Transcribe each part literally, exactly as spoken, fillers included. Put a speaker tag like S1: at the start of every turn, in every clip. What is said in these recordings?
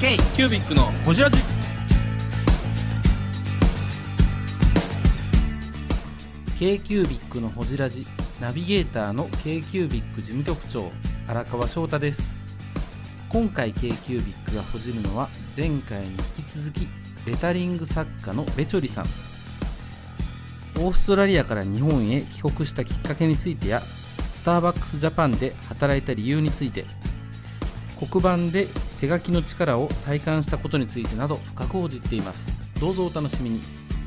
S1: K キュービックのホジラジ。 K キュービックのホジラジナビゲーターの K キュービック事務局長荒川翔太です。今回 K キュービックがほじるのは前回に引き続きレタリング作家のベチョリさん。オーストラリアから日本へ帰国したきっかけについてやスターバックスジャパンで働いた理由について、黒板で手書きの力を体感したことについてなど深く報じっています。どうぞお楽しみに。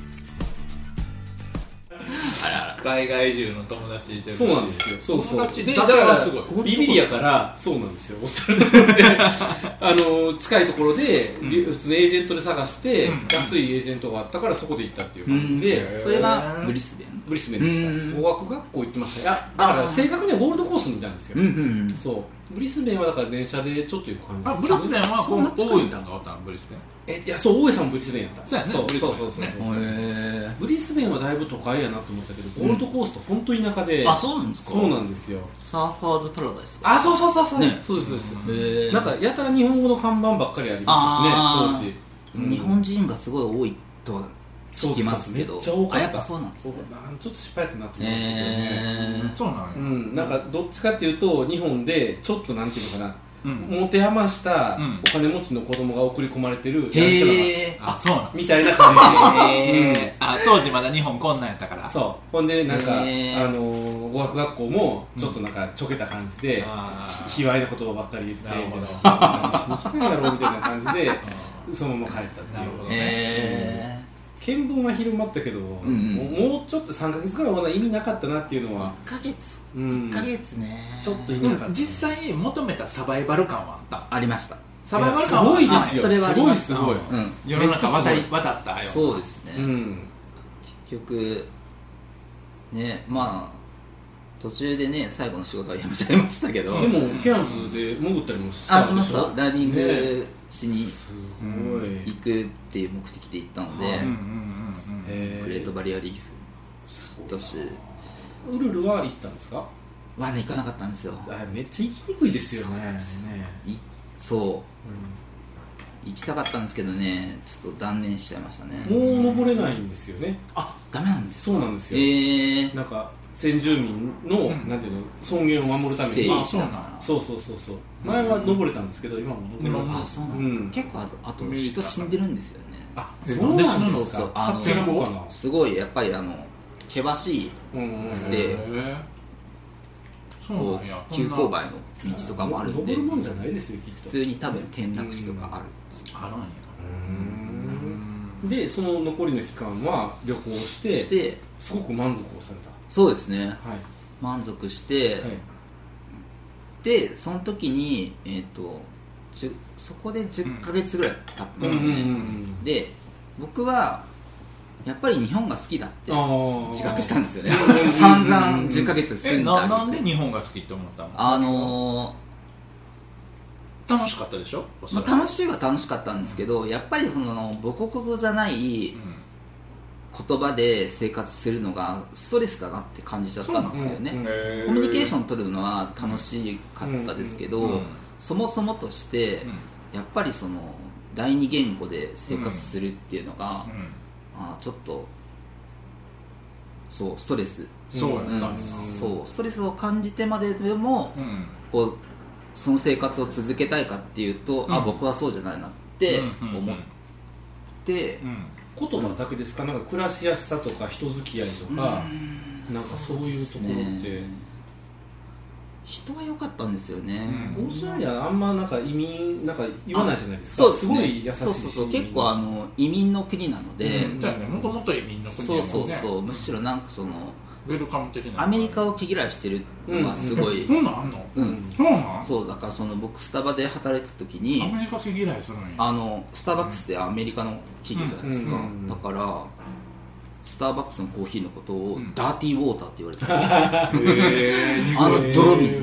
S2: 海外中の友達で。
S3: そうなんですよ。そうそう。
S2: 友達
S3: で
S2: だからすごい
S3: ビビリやから、そうなんですよ。おっしゃる通りで、あの近いところで、うん、普通のエージェントで探して、うん、安いエージェントがあったからそこで行ったっていう感じで、
S4: うん、それがブリスベン。
S3: ブリスベンでした。語学学校行ってました。いや、だから正確にはゴールドコースにいたんですよ。うんうんうん、そう。ブリスベンはだから電車でちょっと行く感じです。
S2: あ、ブリスベンはこの大分がおったのブリスベン。
S3: え、いや、そう、大江さんもブリスベンやった。
S2: そうやね。
S3: そうそうそうそう。ブリスベンはだいぶ都会やなと思ったけど、ゴールドコースト本当田舎で。
S4: あ、そうなんですか。
S3: そうなんですよ。
S4: サーファーズパラダイス。
S3: あ、そうそうそうそう。
S4: ね、
S3: そうですそうです。なんかやたら日本語の看板ばっかりありますしね、当
S4: 時。日本人がすごい多いとは聞きますけど。
S3: めっちゃ多かった。
S4: やっぱそうなんですね。
S3: ちょっと失敗やったなと思いましたけどね。
S2: そうなんや。
S3: うん、なんかどっちかっていうと日本でちょっとなんていうのかな。うん、持て余したお金持ちの子供が送り込まれてるやんちゃな街、
S2: あ、そうなん
S3: みたいな感じ、
S2: うん、あ、当時まだ日本こんなんやったから。
S3: そう、ほんでなんか、あの語学学校もちょっとなんかちょけた感じで、うん、卑猥な言葉ばっかり言って何しに来たんやろみたいな感じでそのまま帰ったっていうことね。見聞は広まったけど、うんうん、もうちょっとさんかげつぐらいは意味なかったなっていうのは。
S4: いっかげつ、うん、いっかげつね、
S3: ちょっと意味なかった。
S2: 実際求めたサバイバル感はあった。
S4: ありました。
S2: サバイバル感は
S3: すごいですよ。
S4: それはありました。
S3: すごいすごい、うん、
S2: 世の中渡り渡ったよ。
S4: そうですね、
S3: うん、
S4: 結局ね、まあ途中でね最後の仕事は辞めちゃいましたけど、
S3: でもケアンズで潜ったりもしたんでしょ。
S4: あ、しました。ダイビングしに
S3: 行
S4: くっていう目的で行ったので、グレートバリアリーフだし、
S3: ウルルは行ったんですか。
S4: はね、行かなかったんですよ。
S3: あ、めっちゃ行きにくいですよね。
S4: そう、そう、うん、行きたかったんですけどね、ちょっと断念しちゃいましたね。
S3: もう登れないんですよね。
S4: あ、ダメなんですか。
S3: そうなんですよ。
S4: えー、
S3: なんか先住民の、うん、なんていうの、尊厳を守るために。
S4: あ、そうなんだ。
S3: そうそうそうそう。前は登れたんですけど、今も登れない。
S4: あ、そうなんだ。うん、結構あと、あと人死んでるんですよね。
S3: あ、そうなんですか。
S4: そうそう、あのすごいやっぱりあの険しくて、こう急勾配の道とかもあるんで、
S3: 登るもんじゃないですよきっと。
S4: 普通に多分転落死とかある。
S2: あるんや。
S3: で、その残りの期間は旅行して、してすごく満足をされた。
S4: そうですね、はい、満足して、はい、でその時に、えー、とそこでじゅっかげつぐらい経ったんですね。で僕はやっぱり日本が好きだって自覚したんですよね。散々じゅっかげつ住んだ。
S2: え、な、なんで日本が好きって思ったの。
S4: あの
S2: ー、楽しかったでしょ。
S4: まあ、楽しいは楽しかったんですけど、やっぱりその母国語じゃない言葉で生活するのがストレスだなって感じちゃったんですよね。コミュニケーション取るのは楽しかったですけど、うんうん、そもそもとして、うん、やっぱりその第二言語で生活するっていうのが、うんうん、あ、ちょっとそうストレス、
S2: そうやった、
S4: うん、そうストレスを感じてまででも、うん、こうその生活を続けたいかっていうと、うん、あ、僕はそうじゃないなって思って、うんうんうん、
S3: 言葉だけですか。なんか暮らしやすさとか人付き合いとか、なんかそういうところって、
S4: 人は良かったんですよね。
S3: オーストラリアあんまなんか移民なんか言わないじゃないですか。
S4: そうですね、
S3: すごい優しいし、
S4: そうそうそう、結構あの移民の国なので、
S2: じゃあね、もともと移民の国なので、
S4: そうそうそう、むしろなんかその
S2: ウェルカム的な
S4: アメリカを毛嫌いしてるのがすごい、
S2: そうなんの、
S4: うん、
S2: そうなん、
S4: そうだからその僕スタバで働いてた時に、
S2: アメリカ毛嫌いするのに、
S4: あのスターバックスってアメリカの企業じゃないですか、だからスターバックスのコーヒーのことをダーティーウォーターって言われてた、うん、あの泥水を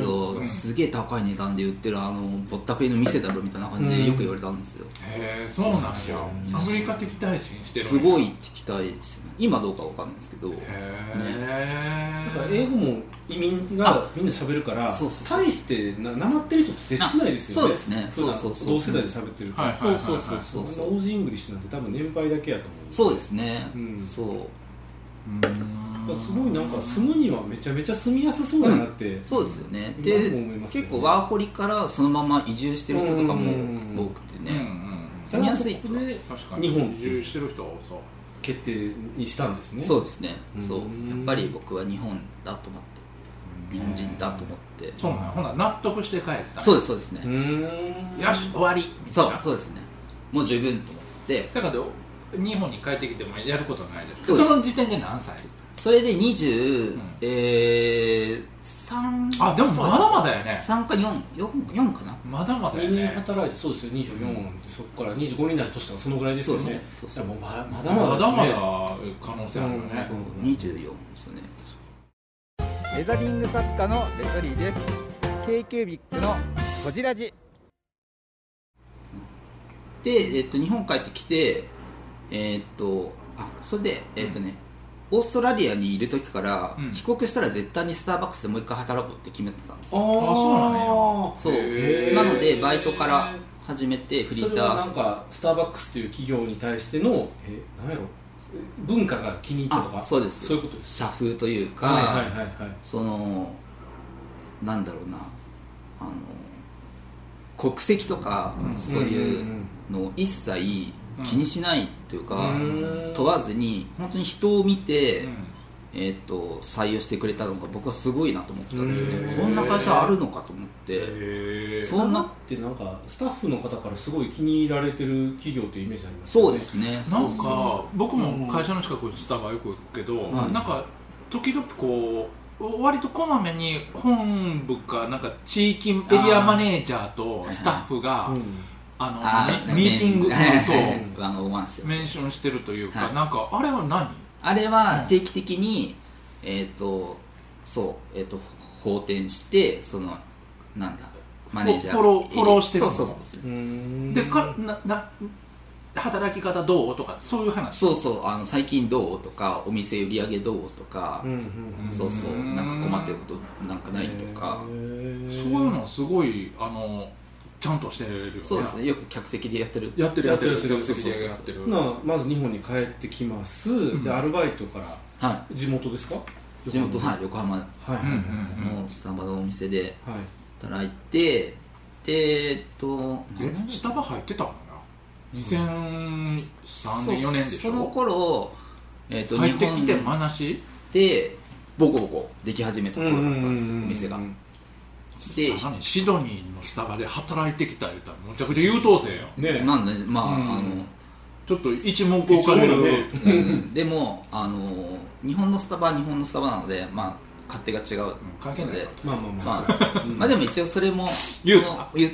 S4: うん、すげえ高い値段で売ってるあのぼったくりの店だろみたいな感じでよく言われたんですよ、
S2: うん、へえそうなんや。アメリカ敵対心してる
S4: すごい敵対ですね。今どうかわかんないですけど、へ
S2: え、
S3: ね、英語も移民がみんな喋るから
S4: そうそうそう
S3: 大してななまってる人と接しないですよね。
S4: そうですね。そうそうそう、
S3: 同世代で喋ってるから、
S4: そうそうそうそうそう、
S3: オージーイングリッシュなんて多分年配だけやと思う。
S4: そうですね、
S3: うん、
S4: そう
S3: うんすごいなんか住むにはめちゃめちゃ住みやすそうだなって、
S4: うん、そうですよね。で、ね、結構ワーホリからそのまま移住してる人とかも多くてね、うんうん、住みやすいと。
S3: で日本って
S2: 移住してる人はそう
S3: 決定にしたんですね。
S4: そうですね、うん、そうやっぱり僕は日本だと思って日本人だと思って、
S2: そうなんほな納得して帰った。
S4: そうですそうですね。
S2: うんよし終わりみたいな。
S4: そうそうですね。もう十分と思って。
S2: だから日本に帰ってきてもやることないです。その時点で何歳？
S4: それでにじゅうさん、
S2: あでもまだまだやね。
S4: さんかよん、よん、よんかな。
S2: まだまだやね。
S3: にねん働いてそうですよ。にじゅうよん、うん、そこからにじゅうごになる年とかそのぐらいですよね。そうですね。そうそうもうまだまだまだ、ね、
S2: まだまだ可能性あるよね。
S4: うん、にじゅうよんですね。
S5: レザリング作家のレトリーです。 K キュービックのこじらじ
S4: で、えっと、日本帰ってきて、えー、っとあそれで、えー、っとね、うん、オーストラリアにいる時から、うん、帰国したら絶対にスターバックスでもう一回働こうって決めてたんですよ。
S3: ああそうなんや。
S4: そうなのでバイトから始めてフリーター。それは
S3: なんかスターバックスっていう企業に対してのえ何やろ文化が気に入ったとか。
S4: そうです。
S3: そういうことです。
S4: 社風というか、
S3: はいはいはいはい、
S4: そのなんだろうな、あの国籍とか、うん、そういうのを一切気にしないというか、うん、問わずに本当に人を見て、うん、えー、と採用してくれたのが僕はすごいなと思ったんですよね。こんな会社あるのかと思って。
S3: そんなってなんかスタッフの方からすごい気に入られてる企業というイメージありますよね。
S4: そうですね。
S2: なんか僕も会社の近くにスタバよく行くけど、うん、なんか時々こう割とこまめに本部かなんか地域エリアマネージャーとスタッフがあのあミーティングそう
S4: ワンオンワンして
S2: メンションしてるというか、はい、なんかあれは何？
S4: あれは定期的に、うん、えっ、ー、とそうえっ、ー、と放転してそのなんだマネージャー
S2: フォローフォローしてるの。
S4: そうそうそう。
S2: でかなな働き方どうとかそういう話。
S4: そうそうあの最近どうとかお店売り上げどうとか、うんうんうん、そうそうなんか困ってることなんかないとか、
S2: そういうのすごいあのちゃんとしてるよね。
S4: そうですね。よく客席でやってる
S2: やってるやってる
S3: 客席でやってる。まず日本に帰ってきます、うん、でアルバイトから、はい、地元ですか？
S4: 地元はい横浜のスタバのお店で働いて、でえっと
S2: スタバ入ってたのにせんさんねんよねんでしょ。
S4: その頃、えー、と
S2: 入ってきて話
S4: でボコボコでき始めた頃だったんですよ店が。
S2: でさらにシドニーのスタバで働いてきた言うたらむちゃくちゃ優等生よ、
S4: ね、なんでまあ、うん、あの
S2: ちょっと一目置かれる、
S4: うん、でもあの日本のスタバは日本のスタバなので、まあ、勝手が違うので、
S2: 関係ない、
S4: まあまあまあ、まあ、まあでも一応それも言う言って、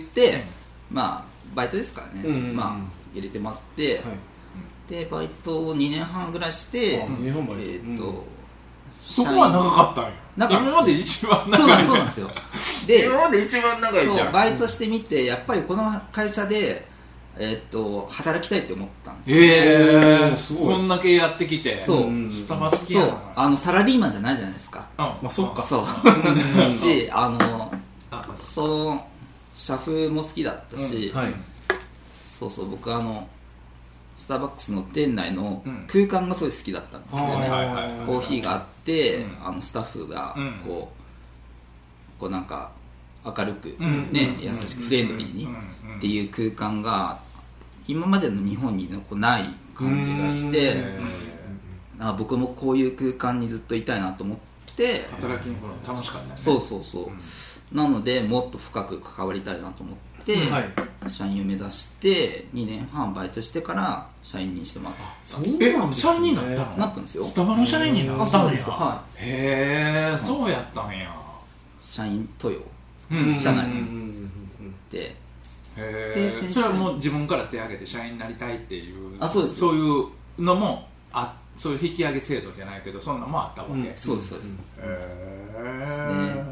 S4: まあバイトですからね、うんうんうん、まあ入れてもらって、はい、でバイトをにねんはんぐらいして、
S3: 日本バイト、
S4: えーとうん、
S2: そこは長かったんや。今まで一番長い。
S4: そうなんですよ。で
S2: 今まで一番長いじゃん。
S4: そうバイトしてみてやっぱりこの会社で、えー、と働きたいって思ったんですよ。
S2: えー、すごい。こんだけやってきて、
S4: そう
S2: スタバ好きやな。
S4: そうあのサラリーマンじゃないじゃないですか。
S2: あ、まあそっか。
S4: そうしあのその社風も好きだったし、うんはい、そうそう僕あのスターバックスの店内の空間がすごい好きだったんですよね。コーヒーがあって、うん、あのスタッフがこう、こうなんか明るく、ね、うん、優しくフレンドリーにっていう空間が今までの日本にこうない感じがして、あ僕もこういう空間にずっといたいなと思って
S2: 働きに来るの楽しかったね。
S4: そうそうそう、うん、なのでもっと深く関わりたいなと思って、はい、社員を目指してにねんはんバイトしてから社員にしてもらったんです。
S2: え、社員になったの？
S4: なったんですよ。
S2: スタバの社員になったんや。
S4: はい、
S2: へえ、そうやったんや。
S4: 社員登用、うん、社内で、
S2: へえ、それはもう自分から手挙げて社員になりたいっていう、
S4: あ、そうです。
S2: そういうのもあ、そういう引き上げ制度じゃないけどそんなのもあったわけ、うん、
S4: そうですそうです、
S2: へえ、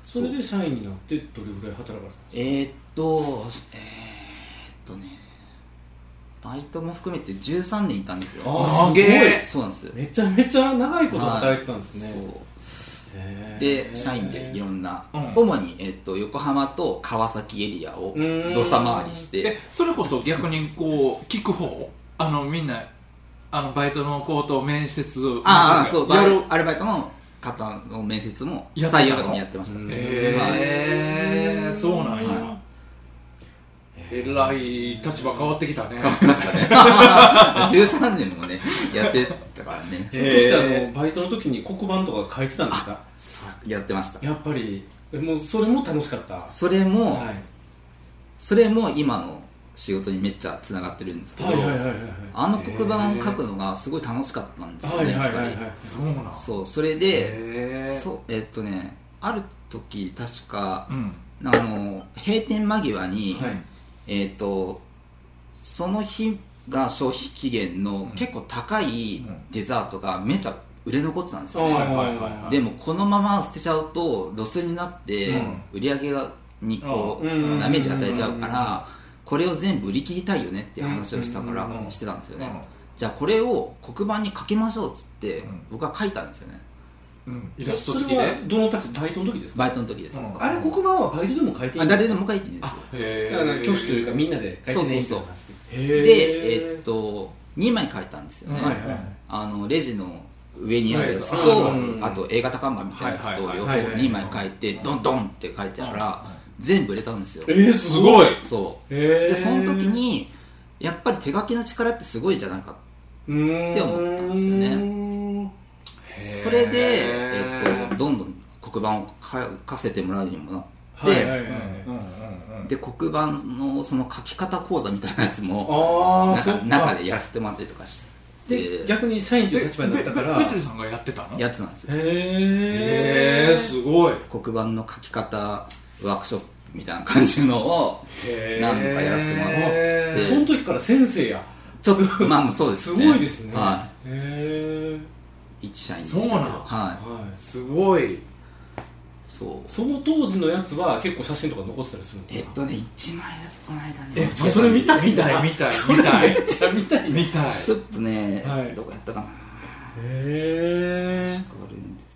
S3: それで社員になってどれぐらい働かれたんですか？
S4: えー、っとえー、っとねバイトも含めてじゅうさんねんいたんですよ。
S3: あーすげえ。
S4: そうなんですよ。
S3: めちゃめちゃ長いこと働いてたんですね。
S4: そう
S3: へー
S4: で社員でいろんな、
S2: うん
S4: 主に、えっと、横浜と川崎エリアを土佐回りして
S2: えそれこそ逆にこう聞く方あのみんなあのバイトの子と面接
S4: ああそうバイ
S2: やる
S4: アルバイトの方の面接も
S2: やってたの
S4: 採用とかもやってました。
S3: うん
S2: へえー、そうなんや、
S4: は
S2: えらい立場変わってきたね。
S4: 変わりましたねじゅうさんねんもねやってたからね。
S3: ひょっとしてあのバイトの時に黒板とか書いてたんですか？
S4: そうやってました。
S3: やっぱりもうそれも楽しかった。
S4: それも、
S3: はい
S4: それも今の仕事にめっちゃつながってるんですけど、
S3: はいはいはいはい
S4: あの黒板を書くのがすごい楽しかったんですよね。
S3: はいはいはいはい
S4: やっぱ
S2: そうなん
S4: りそうそれで
S2: へー
S4: そうえっとねある時確か、
S2: うん
S4: あの閉店間際に、
S3: はい
S4: えっとその日が消費期限の結構高いデザートがめっちゃ売れ残ってたんですよね。
S3: はいはいはいはい
S4: でもこのまま捨てちゃうとロスになって、
S2: うん
S4: 売り上げがにこう、
S3: うん
S4: ダメージ与えちゃうから、これを全部売り切りたいよねっていう話をしたから、
S2: うん
S4: してたんですよね、
S2: うん
S4: じゃあこれを黒板に書きましょうっつって、
S2: うん
S4: 僕は書いたんですよね。
S2: うんイラスト
S3: それは
S2: 付きで
S3: どの立場バイトの時ですか？
S4: バイトの時です、
S2: うん
S3: あれ黒板はバイトでも書いていいんですか？
S4: あ誰でも書いていいんですよ。
S2: へ
S3: だから挙手というかみんなで書いてねみたいな話で。
S4: で、えーっとにまい書いたんですよね、
S2: うん
S3: はいはい
S4: あのレジの上にあるやつと、
S3: はい
S4: あと A 型看板みたいなやつと
S2: はい
S4: 両
S3: はいはい
S4: 方にまい書いてドンドンって書いてあら、
S2: は
S4: 全部売れたんですよ。
S3: えー、すごい。
S4: そう
S3: へー
S4: でその時にやっぱり手書きの力ってすごいじゃないか
S3: うーん
S4: って思ったんですよね。それで、えっと、どんどん黒板を書かせてもらうようにもなって、
S3: はいはいはいはい。
S4: で黒板のその書き方講座みたいなやつも
S3: ああ、そ
S4: 中
S3: っか。
S4: 中でやらせてもらったりとかして
S3: で逆に社員という立場になったから
S2: ベベベテルさんがやってたの？
S4: やつなんですよ。
S3: へ
S2: へえすごい。
S4: 黒板の書き方ワークショップみたいな感じのを何度かやらせてもらって
S3: その時から先生や。
S4: ちょっとまあそうですね。
S3: すごいですね。
S4: は
S3: へえ。
S4: い、一社員でしたけど。
S2: そうなの
S4: はい。
S3: はい。
S2: すごい。
S4: そう。
S3: その当時のやつは結構写真とか残ってたりするんですか？
S4: えっとね、一枚だけこの間ね。
S3: えそれ見たい
S2: 見たい見たい
S3: それ
S2: 見たい
S3: めっちゃ見たい。
S2: 見たい。
S4: ちょっとね、
S3: はい
S4: どこやったかな。
S3: へえ。
S4: 確かあるんです。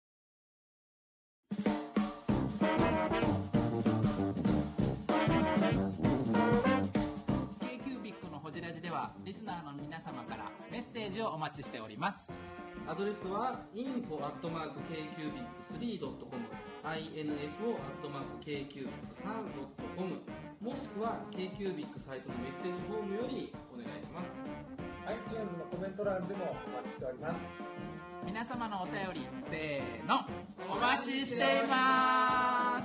S1: k q b i c のホジラジではリスナーの皆様からメッセージをお待ちしております。
S6: アドレスは インフォ アットマーク ケーキュービックスリー ドットコム インフォ アットマーク ケーキュービックスリー ドットコム もしくは K-Cubic サイトのメッセージフォームよりお願いします。
S7: iTunes のコメント欄でもお待ちしております。
S1: 皆様のお便りせーのお待ちしています。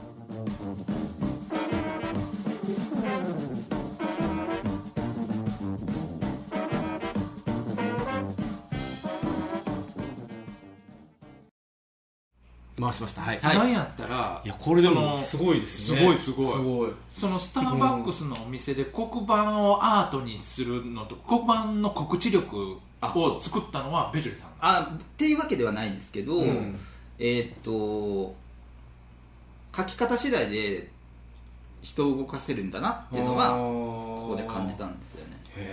S3: 回しました。はい。
S2: なんやったら
S3: いやこれでも
S2: その
S3: すごいですね。
S2: すごいすごい
S3: すごい。
S2: そのスターバックスのお店で黒板をアートにするのと黒板の告知力を作ったのはベジョリさん。
S4: あっていうわけではないですけど、
S3: うん
S4: えーっと書き方次第で人を動かせるんだなっていうのはここで感じたんですよね。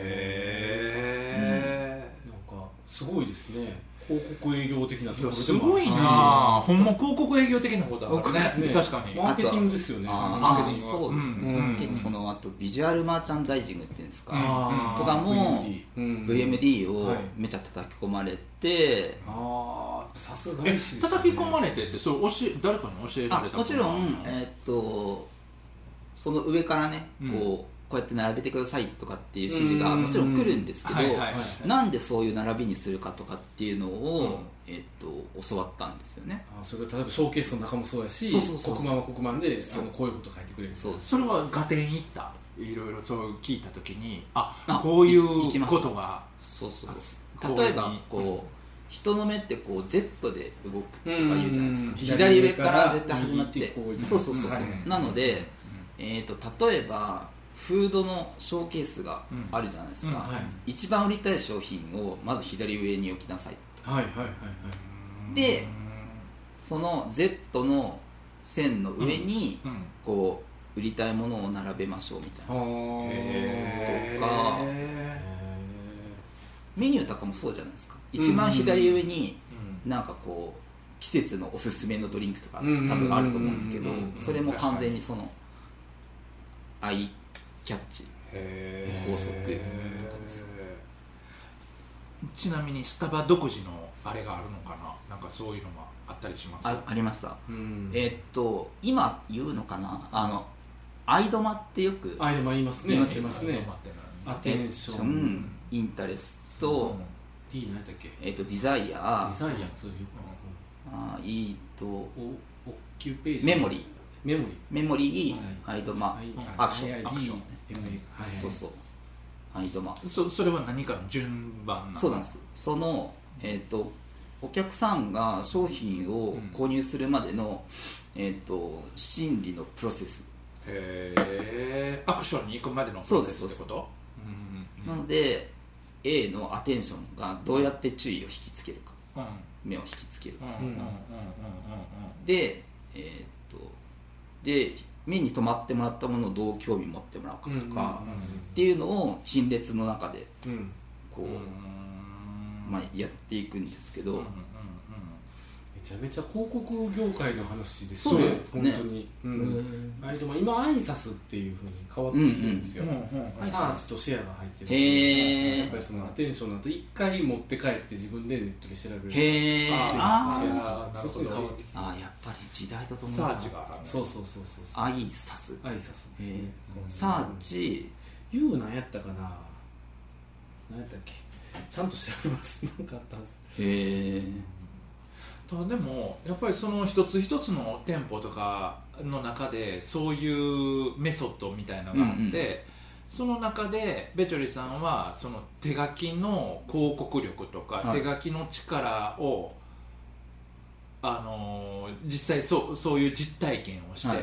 S2: へ
S3: なんかすごいですね。広告営業的なところでもあるし
S2: すごいなあ。ほんま広告営業的なことあるね。
S3: ね
S2: 確かに。
S3: マーケティングですよね。
S4: あ
S3: マーケ
S4: あ
S3: ティングは
S4: そうですね、
S3: うん
S4: 結構そのあとビジュアルマーチャンダイジングっていうんですか、
S3: あー
S4: とかも
S3: ブイエムディー うん
S4: ブイエムディー を
S3: はい
S4: めちゃ叩き込まれて、
S3: ああさすが
S2: え
S3: にし
S2: 叩き込まれてってそれ教え誰かに教えられたの
S4: あもちろん、えーっとその上からね、
S2: うん
S4: こうこうやって並べてくださいとかっていう指示がもちろん来るんですけど、
S2: はいはいはい
S4: なんでそういう並びにするかとかっていうのを、
S2: うん
S4: えーっと教わったんですよね。
S3: あそれが例えばショーケースの中もそうやし
S4: そうそうそうそう
S3: 黒板は黒板で
S4: そう
S3: あのこういうこと書いてくれる。
S4: そう
S2: それは合点いったいろいろそう聞いたときにあ
S4: あ
S2: こうい
S4: いいきました
S2: うことが
S4: そうそう
S2: あ
S4: 例えば
S2: こういうふうに
S4: こう人の目ってこう Z で動くとか言うじゃないですか、
S3: うん
S4: 左上から絶対始まって
S3: 右ってこういう
S4: そうそうそうそう、
S2: はい
S4: なので、えー、と例えばフードのショーケースがあるじゃないですか、
S2: うん
S3: はい
S4: 一番売りたい商品をまず左上に置きなさい。
S3: はいはいはいはい。
S4: でその Z の線の上にこう売りたいものを並べましょうみたいな、とかメニューとかもそうじゃないですか。一番左上になんかこう季節のおすすめのドリンクとか多分あると思うんですけど、それも完全にそのアイキャッチ法則とかです。
S2: ちなみにスタバ独自のあれがあるのかな、なんかそういうのもあったりします？
S4: あ, ありました、うん、えー、っと今言うのかな、あのアイドマってよく
S3: アイドマ言いますね、言いますね。アテンション、
S4: インタレスト、
S3: D 何だっけ、
S4: えー、っとディザイア、
S3: ディザイア、そういう
S4: あイート、
S3: オキュペーション、
S4: メモリー、
S3: メモリー、
S4: メモリー、アイドマ、アクション、
S3: アクション、
S4: そうそう、アイドマ。
S2: そ, それは何かの順番なの？
S4: そうなんです。その、えー、とお客さんが商品を購入するまでの、うん、えー、と心理のプロセス。
S2: へえ。アクションに行くまでのプロセスってこと？
S4: うん、なので A のアテンションがどうやって注意を引きつけるか、うん、目を引きつけるか、で、えー、とで目に留まってもらったものをどう興味持ってもらうかとかっていうのを陳列の中でこう、まあ、やっていくんですけど、
S3: めちゃめちゃ広告業界の話ですよね。本当に、うん、あ今アイサスっていう風に変わってきてるんですよ、うんうん、サーチとシェアが入ってるんで、
S4: へ
S3: やっぱりそのアテンションだと一回持って帰って自分でネットで調べる、
S4: へー、
S3: ああそこで変わってきて、
S4: あやっぱり時代とともに
S2: サーチが
S3: そうそうそうそう
S4: アイサス、
S3: アイサスですね。
S4: サーチ
S3: U 何やったかな、何やったっけ、ちゃんと調べます。なんかあったはず。
S4: へえ。
S2: でもやっぱりその一つ一つの店舗とかの中でそういうメソッドみたいなのがあって、うんうん、その中でベチョリさんはその手書きの広告力とか、はい、手書きの力をあの実際そうそういう実体験をして、はい、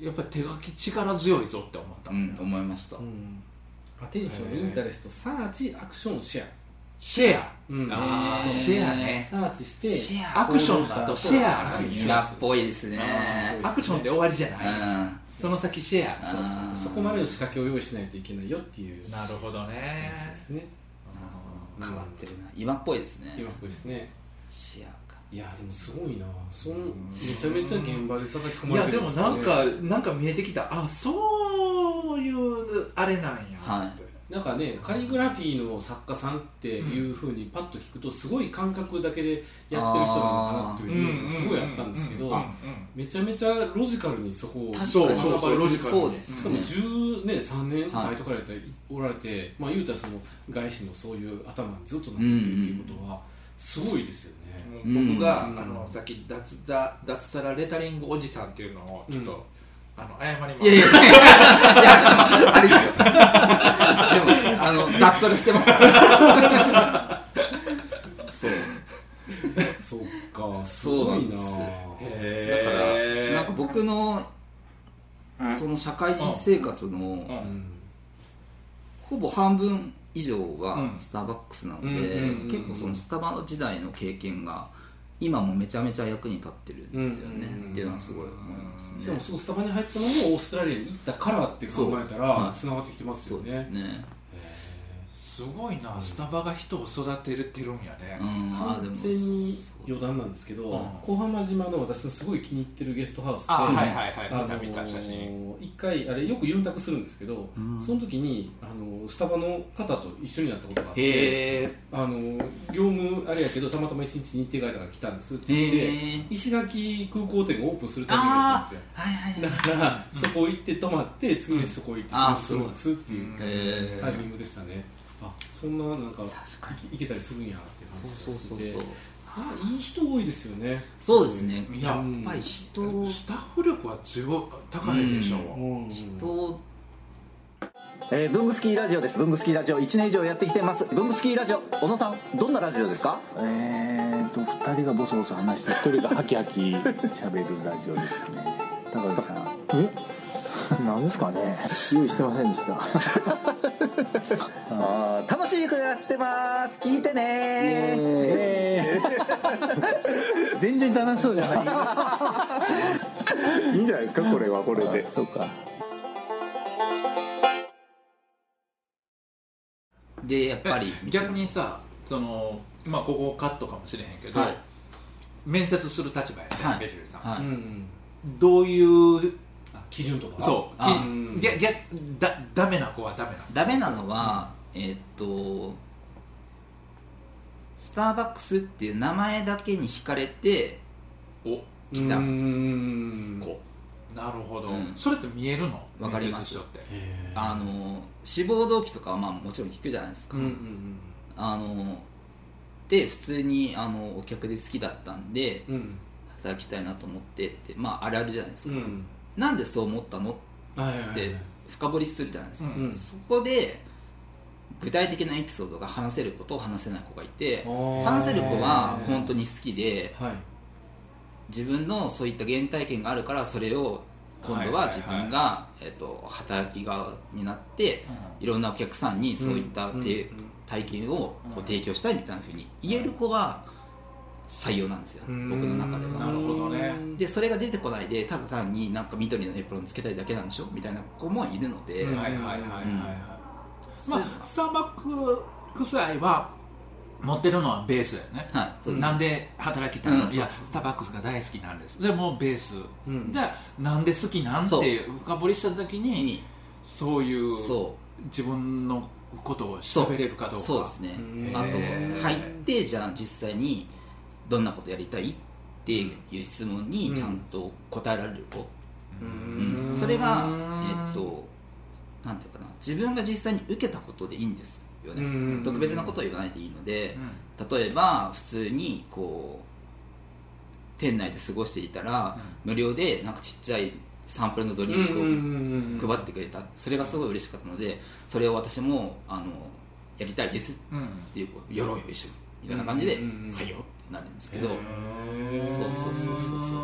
S2: やっぱり手書き力強いぞって思った、
S4: うん、思いました、うん、
S3: アテンション、インタレスト、サーチ、アクション、シェア、
S2: シェア、
S3: うん、
S2: あーシェアね、
S3: サーチして
S2: シェア、アクションだとシェア、
S4: 今っぽいですね。
S2: アクションで終わりじゃない、うん、その先シェア、
S3: そうそう、そこまでの仕掛けを用意しないといけないよっていう。
S2: なるほどね、
S3: ですね。
S4: 変わってるな、今っぽいですね。
S3: 今っぽいですね。
S4: シェアか。
S3: いやでもすごいな、そのめちゃめちゃ現場で叩き込まれてるんですね。
S2: いやでもなんかなんか見えてきた、あ、そういうあれなんや、
S4: はい、
S3: なんかね、カリグラフィーの作家さんっていう風にパッと聞くとすごい感覚だけでやってる人なのかなっていうイメージがすごいあったんですけど、めちゃめちゃロジカルにそこを
S4: 確かに
S3: 学ばれてる。
S4: そうです。
S3: しかもじゅうさんねんバイトからおられて、まあ言うたらその外資のそういう頭にずっとなってきてるっていうことはすごいですよね。
S2: 僕があのさっき脱脱脱サラレタリングおじさんっていうのをちょっと、あの謝ります。
S4: いやいやいやいや、あれですよ。でもあの脱サラしてますから。そう
S3: そうか、
S4: そうなんです。だからなんか僕のその社会人生活の、うんうん、ほぼ半分以上はスターバックスなので、結構そのスタバの時代の経験が今もめちゃめちゃ役に立ってるんですよね、うんうん、っていうのはすごい思いますね。
S3: しかもそのスタバに入ったのもオーストラリアに行ったからって考えたらつながってきてますよね。
S4: そうですね。
S2: すごいな、スタバが人を育ててるんやね、
S3: うん、完全に余談なんですけど、うん、小浜島の私のすごい気に入ってるゲストハウスで、
S2: あ、はいはいはい、見た見た写真、
S3: 一回あれよくユンタクするんですけど、うん、その時にあのスタバの方と一緒になったことがあって、あの業務あれやけどたまたま一日日程が空いたから来たんですって言って石垣空港店がオープンするタイミングだったんですよ、はいはいはい、だから、うん、そこ行って泊まって次の日そこ行って仕事するんですっていうタイミングでしたね。あ、そんななんかいけたりするんやっていう話をしてて、あ、いい人多いですよね。
S4: そうですね。やっぱり人、
S2: スタッフ力は強い、高いでしょう、
S4: うんうん、人、
S8: えー、ブングスキーラジオです。ブングスキーラジオいちねん以上やってきてます。ブングスキーラジオ、小野さんどんなラジオですか？
S9: えーとふたりがボソボソ話してひとりがハキハキ喋るラジオですね。高橋さん、えなんですかね、用意してませんでした
S8: あ、楽しくやってます、聞いてね
S9: 全然楽しそうじゃないいいんじゃないですかこれはこれで。そうか。
S4: でやっぱり
S2: 逆にさその、まあ、ここカットかもしれへんけど、はい、面接する立場やね、はい、ベジュリさん、はい、うん、どういう
S3: 基準とか
S2: そうあぎゃぎゃだダメな子はダメなの
S4: ダメなのは、うん、えー、っとスターバックスっていう名前だけに惹かれて
S2: お
S4: 来た子。
S2: なるほど、うん、それって見えるの？
S4: わかりますよって。あの志望動機とかはまあもちろん聞くじゃないですか、うんうんうん、あので普通にあのお客で好きだったんで、うん、働きたいなと思ってって、まあ、あるあるじゃないですか、うん、なんでそう思ったのって深掘りするじゃないですか、うんうん、そこで具体的なエピソードが話せる子と話せない子がいて、話せる子は本当に好きで、はい、自分のそういった原体験があるからそれを今度は自分が、えー、と働き側になっていろんなお客さんにそういった、うん、体験をこう提供したいみたいなふうに言える子は採用なんですよ、僕の中では。
S2: なるほどね。
S4: でそれが出てこないでただ単になんか緑のエプロンつけたいだけなんでしょみたいな子もいるので、はいはいはいはい、
S2: まあ、スターバックス愛は持ってるのはベースだよね、はい、なんで働きたいの、うん、いやスターバックスが大好きなんです。でもうベース、うん、じゃあなんで好きなんて深掘りした時にそういう自分のことを喋れるかどうか。
S4: そうですね。あと入ってじゃあ実際にどんなことやりたいっていう質問にちゃんと答えられる子、うんうん、それがえっとなんていうかな、自分が実際に受けたことでいいんですよね、うん、特別なことを言わないでいいので、うん、例えば普通にこう店内で過ごしていたら、うん、無料でなんかちっちゃいサンプルのドリンクを配ってくれた、それがすごい嬉しかったのでそれを私もあのやりたいですっていう、うん、やろうよ一緒にみたいな感じで採用ってなるんですけど、そうそうそうそうそう。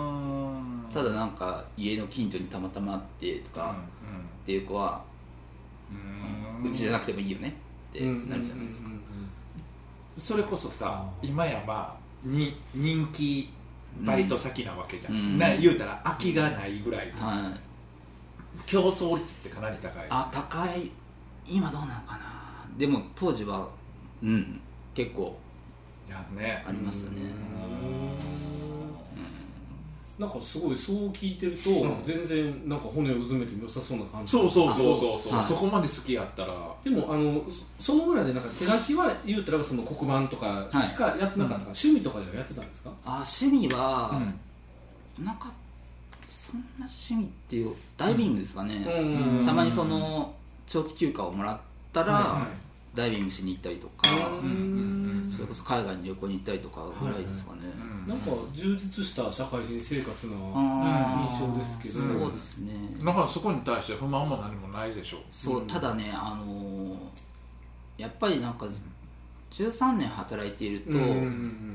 S4: ただなんか家の近所にたまたまあってとか、うんうん、っていう子はうちじゃなくてもいいよねってなるじゃないですか。
S2: それこそさ今やまあに人気バイト先なわけじゃん、うん、な言うたら空きがないぐらい、はい、競争率ってかなり高い。
S4: あ、高い。今どうなのかな。でも当時はうん結構
S2: や、ね、
S4: ありましたね。
S3: なんかすごいそう聞いてると、うん、全然なんか骨をうずめても良さそうな感じ。
S2: そうそうそうそうそう、はい、そこまで好きやったら。
S3: でもあのそのぐらいでなんか手書きは言うたらその黒板とかしかやってなかったから、はい、趣味とかではやってたんですか？
S4: あ、趣味は、うん、なんかそんな趣味っていうダイビングですかね、うん、たまにその長期休暇をもらったら、はいはい、ダイビングしに行ったりとか、うん、それこそ海外に旅行に行ったりとかぐらいですかね、はいはい、
S3: なんか充実した社会人生活の印象ですけど、
S4: そうですね。
S2: だからそこに対して不満も何もないでしょう。
S4: そう、ただね、あのー、やっぱりなんかじゅうさんねん働いていると、うんうんうん、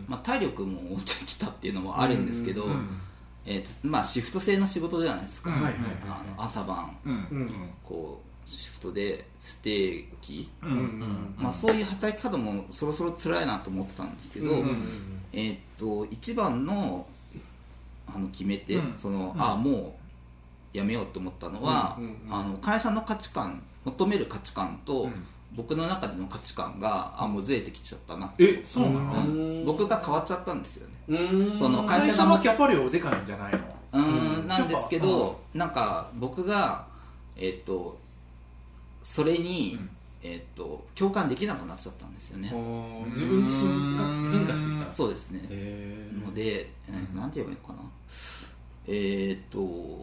S4: まあ、体力も落ちてきたっていうのもあるんですけど、うんうんうん、えーとまあ、シフト制の仕事じゃないですか、うんはいはいはい、あの朝晩、うんうん、こうシフトで不定期、うんうんうん、まあ、そういう働き方もそろそろ辛いなと思ってたんですけど、うんうんうん、えー、と一番のあの決め手、うん、その、うん、あもうやめようと思ったのは、うんうんうん、あの会社の価値観、求める価値観と、うん、僕の中での価値観があもうずれてきちゃったなって。
S2: え、そうなの？うん、
S4: 僕が変わっちゃったんですよね。
S2: うん、その会社がキャパ量でかいんじゃないの？
S4: うん、なんですけど、なんか僕がえっ、ー、とそれに、うん、えー、と共感できなくなっちゃったんですよね。
S3: 自分自身が変化してきた。
S4: そうですね。ので、えー、なんて言えばいいのかな、えー、と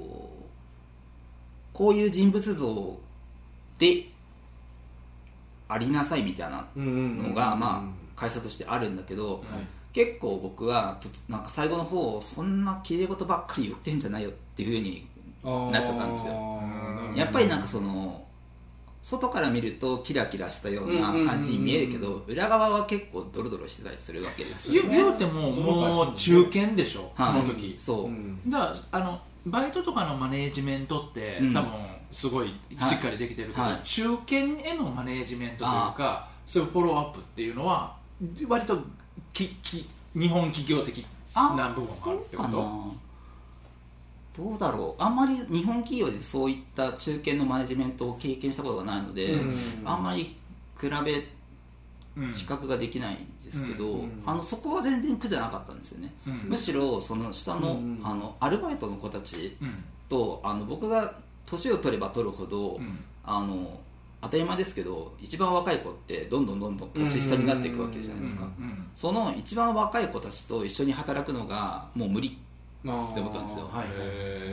S4: こういう人物像でありなさいみたいなのが、まあ、会社としてあるんだけど、はい、結構僕はなんか最後の方そんな綺麗事ばっかり言ってんじゃないよっていう風になっちゃったんですよ。やっぱりなんかその外から見るとキラキラしたような感じに見えるけど、裏側は結構ドロドロしてたりするわけですよね。
S2: 言うてももう中堅でしょ、この時。
S4: そう、
S2: うん、だからあのバイトとかのマネージメントって、うん、多分すごいしっかりできてるけど、はいはい、中堅へのマネージメントというかそういうフォローアップっていうのは割ときき日本企業的な部分があるってこと。
S4: どうだろう、あんまり日本企業でそういった中堅のマネジメントを経験したことがないので、うん、あんまり比べ比較ができないんですけど、うん、あのそこは全然苦じゃなかったんですよね、うん、むしろその下の、うん、あのアルバイトの子たちと、うん、あの僕が年を取れば取るほど、うん、あの当たり前ですけど一番若い子ってどんどんどんどん年下になっていくわけじゃないですか、うんうんうん、その一番若い子たちと一緒に働くのがもう無理って思ったんですよ、はい、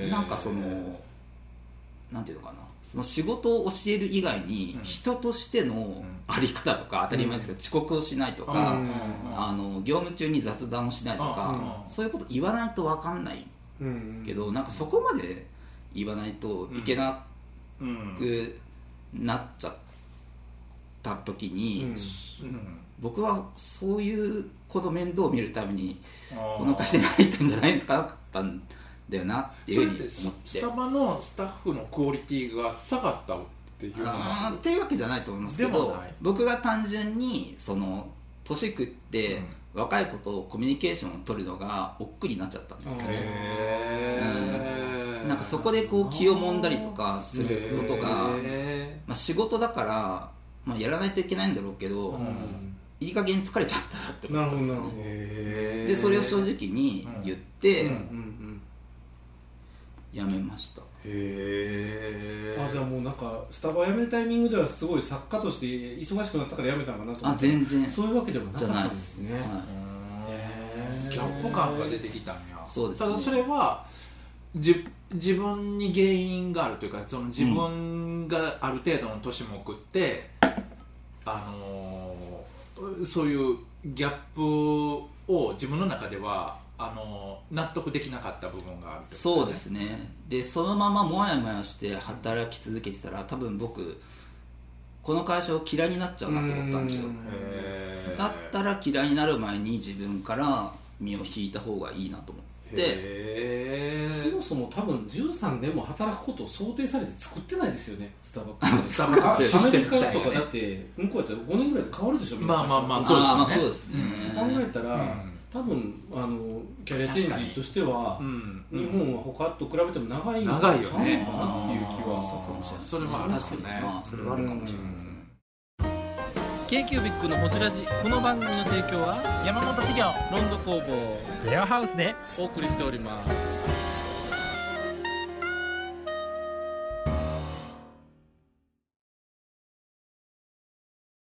S4: なんかそのなんていうのかな、その仕事を教える以外に人としてのあり方とか、当たり前ですけど遅刻をしないとか、あの業務中に雑談をしないとか、そういうこと言わないと分かんないけど、なんかそこまで言わないといけなくなっちゃった時に、僕はそういう子の面倒を見るためにこの会社に入ったんじゃないかなったんだよなっていうふうに思って、
S2: スタバのスタッフのクオリティが下がったっていうのは
S4: っていうわけじゃないと思いますけど、僕が単純にその年食って、うん、若い子とコミュニケーションを取るのが億劫になっちゃったんですけど、うん、なんかそこでこう気を揉んだりとかすることが、まあ、仕事だから、まあ、やらないといけないんだろうけど、うん、いい加減疲れちゃったって思ったんですよね。でそれを正直に言って、うんうんうん、辞めました。
S3: へー。あ、じゃあもうなんかスタバ辞めるタイミングではすごい作家として忙しくなったから辞めたのかなと思って。
S4: あ、全然
S3: そういうわけでもなかったんですね。
S2: ギャップ感が出てきたんや。
S4: そうですね。
S2: ただそれはじ自分に原因があるというか、その自分がある程度の年も食って、うん、あのー、そういうギャップを自分の中ではあの納得できなかった部分がある、ね、
S4: そうですね。でそのままもやもやして働き続けてたら、多分僕この会社を嫌いになっちゃうなと思ったんですよ。だったら嫌いになる前に自分から身を引いた方がいいなと思って、
S3: そもそも多分じゅうさんねんも働くことを想定されて作ってないですよね、スタバックス。アメリカとかだって向こうやったらごねんぐらいで変わるでしょ。
S2: まあまあまあ
S4: そうですね。
S3: 考えたら、うん、多分あのキャリアチェンジとしては、うん、日本は他と比べても長いの
S2: 長いよね
S3: かなっていう気は
S4: そうかもしれない。
S2: それは確かにね、
S4: まあ、それはあるかもしれないですね。
S1: k q b i c のホジラジ、この番組の提供は山本資源ロンド工房レアハウスでお送りしております。